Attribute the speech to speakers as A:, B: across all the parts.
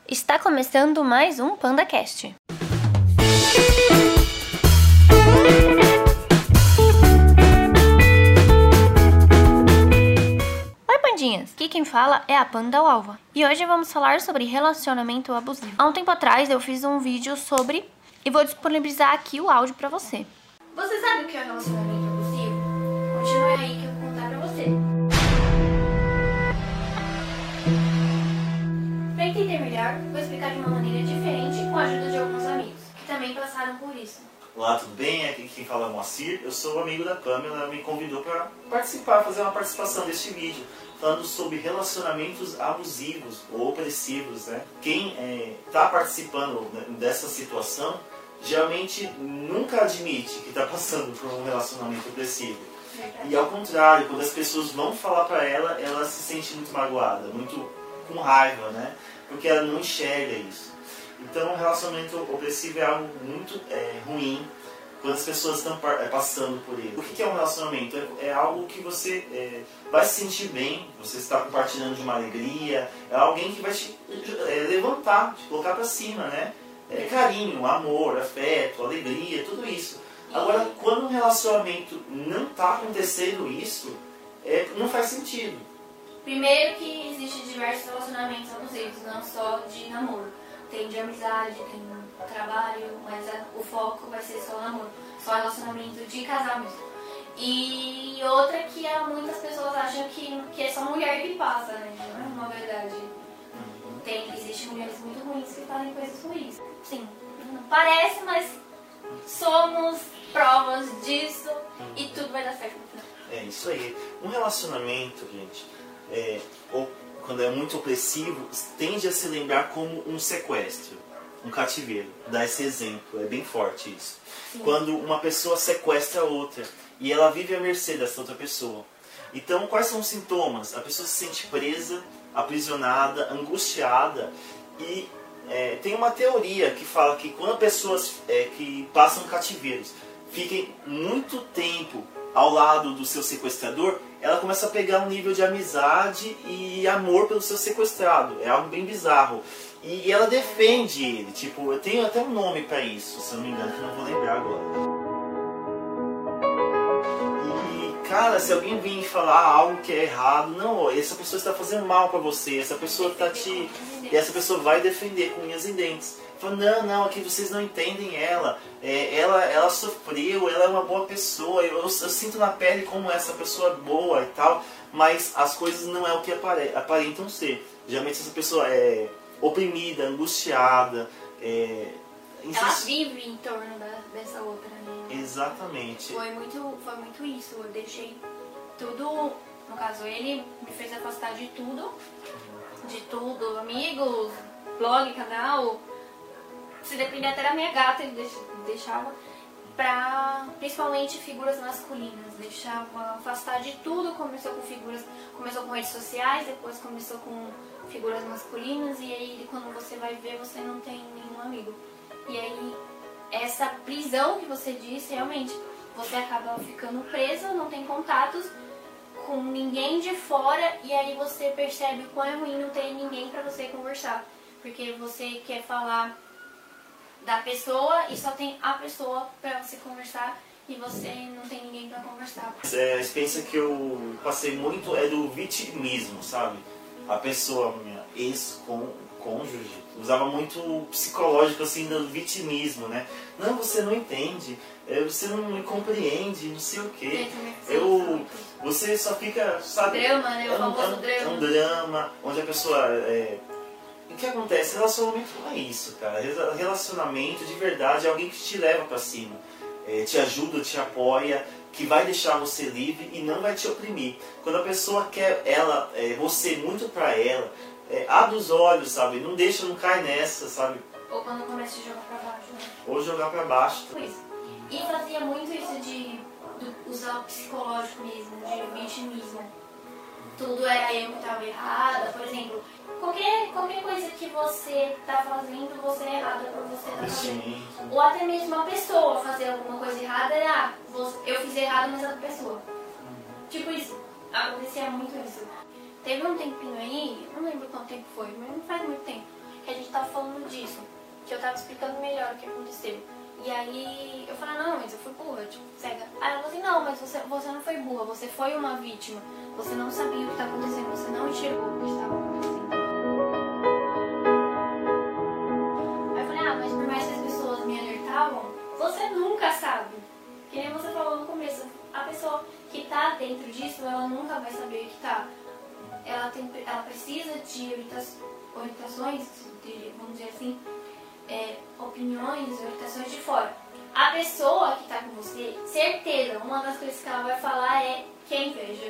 A: Está começando mais um PandaCast. Oi, pandinhas! Aqui quem fala é a Panda Alva. E hoje vamos falar sobre relacionamento abusivo. Há um tempo atrás eu fiz um vídeo sobre e vou disponibilizar aqui o áudio pra você. Você sabe o que é relacionamento abusivo? Continue aí que eu vou contar pra você. Para entender melhor, vou explicar de uma maneira diferente com a ajuda de alguns amigos, que também passaram por isso.
B: Olá, tudo bem? Aqui quem fala é o Moacir. Eu sou amigo da Pamela, ela me convidou para participar, fazer uma participação deste vídeo, falando sobre relacionamentos abusivos ou opressivos, né? Quem está participando dessa situação, geralmente nunca admite que está passando por um relacionamento opressivo. Verdade. E ao contrário, quando as pessoas vão falar para ela, ela se sente muito magoada, muito com raiva, né? Porque ela não enxerga isso. Então, o relacionamento opressivo é algo muito ruim quando as pessoas estão passando por ele. O que é um relacionamento? É algo que você vai se sentir bem, você está compartilhando de uma alegria, é alguém que vai te levantar, te colocar para cima, né? Carinho, amor, afeto, alegria, tudo isso. Agora, quando um relacionamento não está acontecendo isso, não faz sentido.
A: Primeiro que existe diversos relacionamentos abusivos, não só de namoro. Tem de amizade, tem trabalho, mas o foco vai ser só namoro, só relacionamento de casal mesmo. E outra que muitas pessoas acham que é só mulher que passa, né? Não é uma verdade. Existem mulheres muito ruins que fazem coisas ruins. Sim, não parece, mas somos provas disso e tudo vai dar certo no final.
B: É isso aí. Um relacionamento, gente, quando é muito opressivo, tende a se lembrar como um sequestro, um cativeiro. Dá esse exemplo, é bem forte isso. Sim. Quando uma pessoa sequestra a outra e ela vive à mercê dessa outra pessoa. Então, quais são os sintomas? A pessoa se sente presa, aprisionada, angustiada e tem uma teoria que fala que quando pessoas que passam cativeiros fiquem muito tempo ao lado do seu sequestrador, ela começa a pegar um nível de amizade e amor pelo seu sequestrado. É algo bem bizarro. E ela defende ele. Tipo, eu tenho até um nome pra isso, se eu não me engano, que eu não vou lembrar agora. E, cara, se alguém vir falar algo que é errado, não, essa pessoa está fazendo mal pra você, essa pessoa está te... E essa pessoa vai defender com unhas e dentes. Fala, não, aqui vocês não entendem ela. Ela sofreu, ela é uma boa pessoa, eu sinto na pele como essa pessoa é boa e tal, mas as coisas não é o que aparentam ser. Geralmente essa pessoa é oprimida, angustiada.
A: Ela vive em torno dessa outra, né?
B: Exatamente.
A: Foi muito isso, eu deixei tudo, no caso ele me fez afastar de tudo, amigos, blog, canal. Se depender até da minha gata, ele deixava pra, principalmente, figuras masculinas. Deixava afastar de tudo, começou com redes sociais, depois começou com figuras masculinas, e aí quando você vai ver, você não tem nenhum amigo. E aí, essa prisão que você disse, realmente, você acaba ficando preso, não tem contatos com ninguém de fora, e aí você percebe o quão é ruim não ter ninguém pra você conversar. Porque você quer falar da pessoa e só tem a pessoa pra você conversar e você não tem ninguém pra conversar.
B: A experiência que eu passei muito é do vitimismo, sabe? A pessoa, minha ex-cônjuge, usava muito o psicológico assim do vitimismo, né? Não, você não entende, você não me compreende, não sei o quê. Você só fica, sabe?
A: Drama, né? O famoso drama.
B: É um drama, onde a pessoa... O que acontece? Relacionamento não é isso, cara. Relacionamento de verdade é alguém que te leva pra cima, te ajuda, te apoia, que vai deixar você livre e não vai te oprimir. Quando a pessoa quer você muito pra ela, abre os olhos, sabe? Não deixa, não cai nessa, sabe?
A: Ou quando começa a jogar pra baixo, né?
B: Ou jogar pra baixo.
A: E fazia muito isso de usar o psicológico mesmo, de vitimismo. Tudo era eu que estava errada, por exemplo, qualquer coisa que você está fazendo, você é errada por você estar fazendo.
B: Sim.
A: Ou até mesmo uma pessoa fazer alguma coisa errada, eu fiz errado, mas outra pessoa. Tipo isso, acontecia muito isso. Teve um tempinho aí, não lembro quanto tempo foi, mas não faz muito tempo, que a gente tava tava explicando melhor o que aconteceu. E aí eu falei, não, mas eu fui burra, tipo, cega. Aí ela falou assim, não, mas você não foi burra, você foi uma vítima. Você não sabia o que tá acontecendo, você não enxergou o que estava acontecendo. Aí eu falei, mas por mais que as pessoas me alertavam, você nunca sabe. Que nem você falou no começo, a pessoa que tá dentro disso, ela nunca vai saber o que tá. Ela precisa de orientações, vamos dizer assim, opiniões, orientações de fora. A pessoa que tá com você, certeza, uma das coisas que ela vai falar é que é inveja.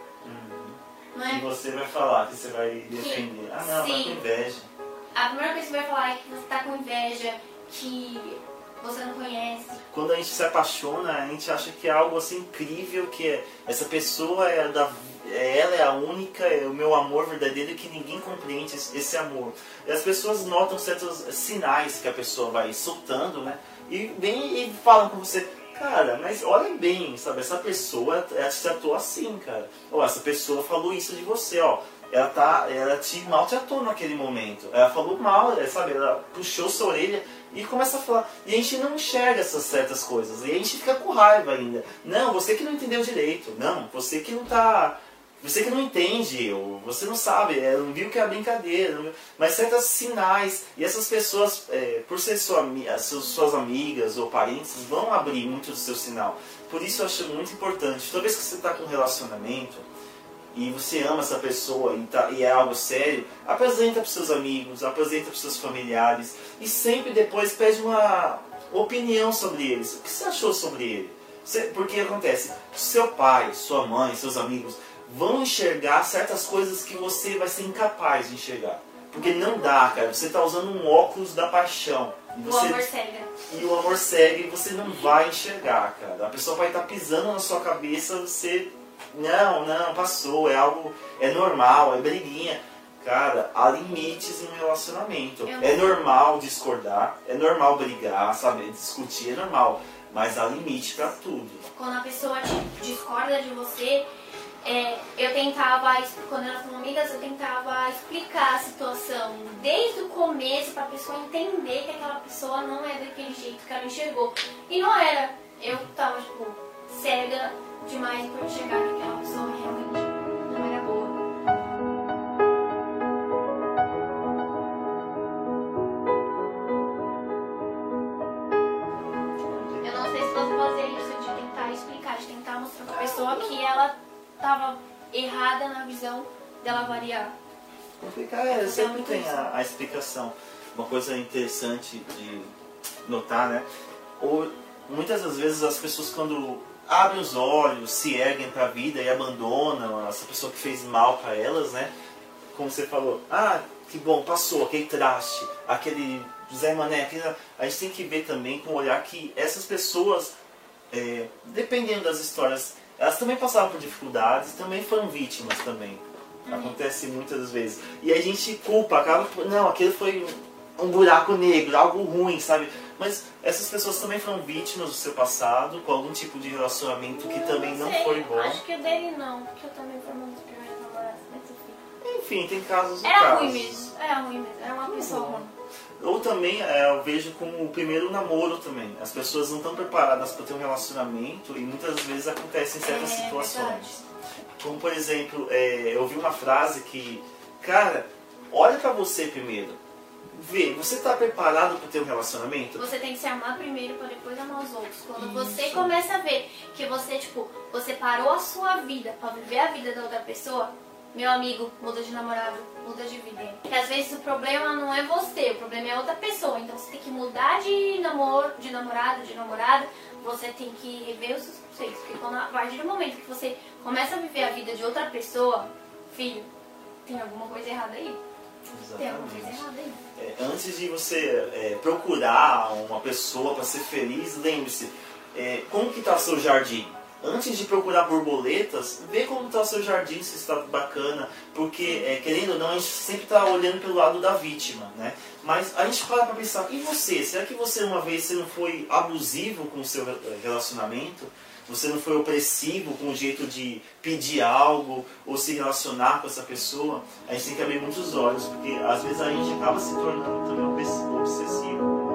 A: Não é?
B: E você vai falar, que você vai defender. Não, tá com inveja.
A: A primeira coisa que você vai falar é que você tá com inveja, que você não conhece.
B: Quando a gente se apaixona, a gente acha que é algo assim incrível, que essa pessoa ela é a única, é o meu amor verdadeiro, que ninguém compreende esse amor. E as pessoas notam certos sinais que a pessoa vai soltando, né? E vem e falam com você, cara, mas olha bem, sabe? Essa pessoa ela te tratou assim, cara. Ou essa pessoa falou isso de você, ó. Ela te maltratou naquele momento. Ela falou mal, sabe? Ela puxou sua orelha e começa a falar. E a gente não enxerga essas certas coisas. E a gente fica com raiva ainda. Não, você que não entendeu direito. Não, você que não tá... Você que não entende, ou você não sabe, não viu que é a brincadeira, mas certos sinais, e essas pessoas, por ser suas amigas ou parentes, vão abrir muito do seu sinal. Por isso eu acho muito importante, toda vez que você está com um relacionamento, e você ama essa pessoa e é algo sério, apresenta para os seus amigos, apresenta para os seus familiares, e sempre depois pede uma opinião sobre eles. O que você achou sobre ele? Porque acontece, seu pai, sua mãe, seus amigos vão enxergar certas coisas que você vai ser incapaz de enxergar. Porque não dá, cara. Você está usando um óculos da paixão.
A: O amor cega.
B: E o amor cega e você não vai enxergar, cara. A pessoa vai estar pisando na sua cabeça, você... Não, passou, é algo... É normal, é briguinha. Cara, há limites em um relacionamento. É normal discordar, é normal brigar, sabe? Discutir é normal. Mas há limite pra tudo.
A: Quando a pessoa discorda de você... eu tentava, quando elas são amigas, eu tentava explicar a situação desde o começo pra pessoa entender que aquela pessoa não é daquele jeito que ela enxergou. E não era. Eu tava, tipo, cega demais por enxergar que aquela pessoa realmente não era boa. Eu não sei se você fazer isso, de tentar explicar, de tentar mostrar pra pessoa que ela estava errada na visão dela variar.
B: Sempre tem a explicação. Uma coisa interessante de notar, né? Muitas das vezes as pessoas, quando abrem os olhos, se erguem para a vida e abandonam essa pessoa que fez mal para elas, né? Como você falou, que bom, passou, aquele traste, aquele Zé Mané, a gente tem que ver também com o olhar que essas pessoas, dependendo das histórias, elas também passaram por dificuldades, também foram vítimas também. Acontece muitas das vezes. E a gente culpa, não, aquilo foi um buraco negro, algo ruim, sabe? Mas essas pessoas também foram vítimas do seu passado, com algum tipo de relacionamento que também não foi bom.
A: Acho que o dele não, porque eu também fui uma das primeiras namoradas, mas enfim.
B: Enfim, tem casos e
A: casos.
B: Era
A: ruim mesmo, era uma pessoa ruim.
B: Ou também eu vejo como o primeiro namoro também. As pessoas não estão preparadas para ter um relacionamento e muitas vezes acontecem certas situações.
A: Verdade.
B: Como por exemplo, eu ouvi uma frase que, cara, olha pra você primeiro. Vê, você está preparado para ter um relacionamento?
A: Você tem que se amar primeiro para depois amar os outros. Quando você começa a ver que você parou a sua vida para viver a vida da outra pessoa, meu amigo, muda de namorado, muda de vida. Porque às vezes o problema não é você, o problema é outra pessoa. Então você tem que mudar de namorado, de namorada. Você tem que rever os seus conceitos. Porque a partir do momento que você começa a viver a vida de outra pessoa, filho, tem alguma coisa errada aí.
B: Exatamente.
A: Tem alguma coisa errada aí.
B: Antes de você procurar uma pessoa para ser feliz, lembre-se, como que está o seu jardim? Antes de procurar borboletas, vê como está o seu jardim, se está bacana, porque, querendo ou não, a gente sempre está olhando pelo lado da vítima, né? Mas a gente para pensar, e você? Será que você uma vez não foi abusivo com o seu relacionamento? Você não foi opressivo com o jeito de pedir algo ou se relacionar com essa pessoa? A gente tem que abrir muitos olhos, porque às vezes a gente acaba se tornando também obsessivo.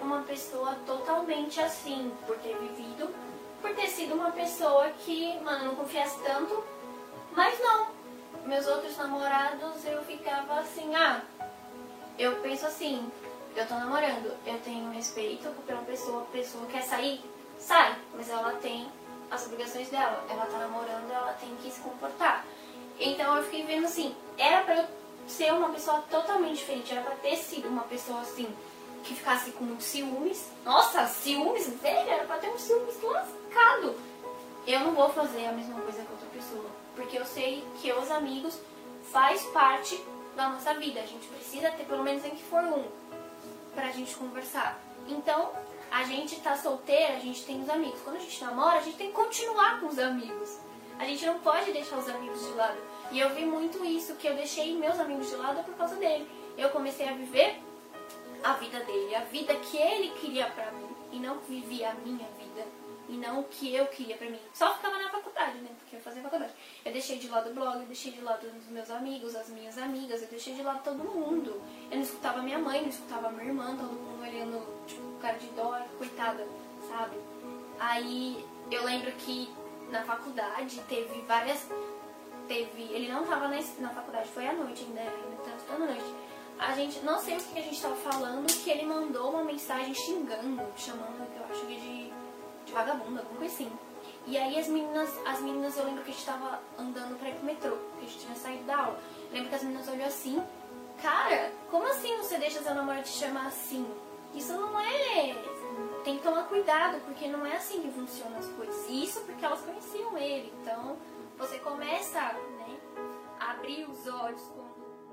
A: uma pessoa totalmente assim, por ter vivido, por ter sido uma pessoa que, mano, não confiasse tanto, mas não. Meus outros namorados eu ficava assim, eu penso assim, eu tô namorando, eu tenho respeito pela pessoa, a pessoa quer sair, sai, mas ela tem as obrigações dela, ela tá namorando, ela tem que se comportar. Então eu fiquei vendo assim, era pra eu ser uma pessoa totalmente diferente, era pra ter sido uma pessoa assim, que ficasse com muitos ciúmes. Nossa, ciúmes, velho, era pra ter um ciúmes lascado. Eu não vou fazer a mesma coisa que outra pessoa, porque eu sei que os amigos faz parte da nossa vida. A gente precisa ter pelo menos nem que for um pra gente conversar. Então, a gente tá solteira, a gente tem os amigos. Quando a gente namora, a gente tem que continuar com os amigos. A gente não pode deixar os amigos de lado. E eu vi muito isso, que eu deixei meus amigos de lado por causa dele. Eu comecei a viver a vida dele, a vida que ele queria pra mim, e não vivia a minha vida, e não o que eu queria pra mim. Só ficava na faculdade, né, porque eu fazia faculdade. Eu deixei de lado o blog, eu deixei de lado os meus amigos, as minhas amigas, eu deixei de lado todo mundo. Eu não escutava minha mãe, não escutava minha irmã, todo mundo olhando, tipo, cara de dó, coitada, sabe? Aí, eu lembro que na faculdade teve várias... Ele não tava na faculdade, foi à noite ainda, tanto à noite. A gente, não sei o que a gente tava falando, que ele mandou uma mensagem xingando, chamando, eu acho que de vagabunda, alguma coisa assim. E aí as meninas, eu lembro que a gente tava andando pra ir pro metrô, porque a gente tinha saído da aula. Eu lembro que as meninas olhou assim, cara, como assim você deixa seu namorado te chamar assim? Isso não é... Tem que tomar cuidado, porque não é assim que funcionam as coisas. Isso porque elas conheciam ele, então você começa, né, a abrir os olhos quando...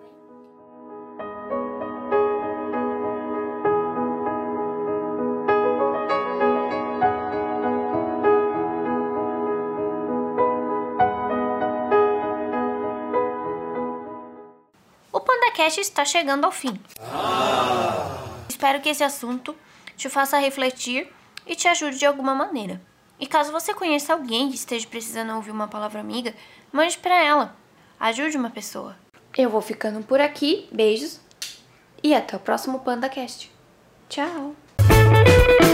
A: O PandaCast está chegando ao fim. Espero que esse assunto te faça refletir e te ajude de alguma maneira. E caso você conheça alguém que esteja precisando ouvir uma palavra amiga, mande para ela. Ajude uma pessoa. Eu vou ficando por aqui. Beijos. E até o próximo PandaCast. Tchau.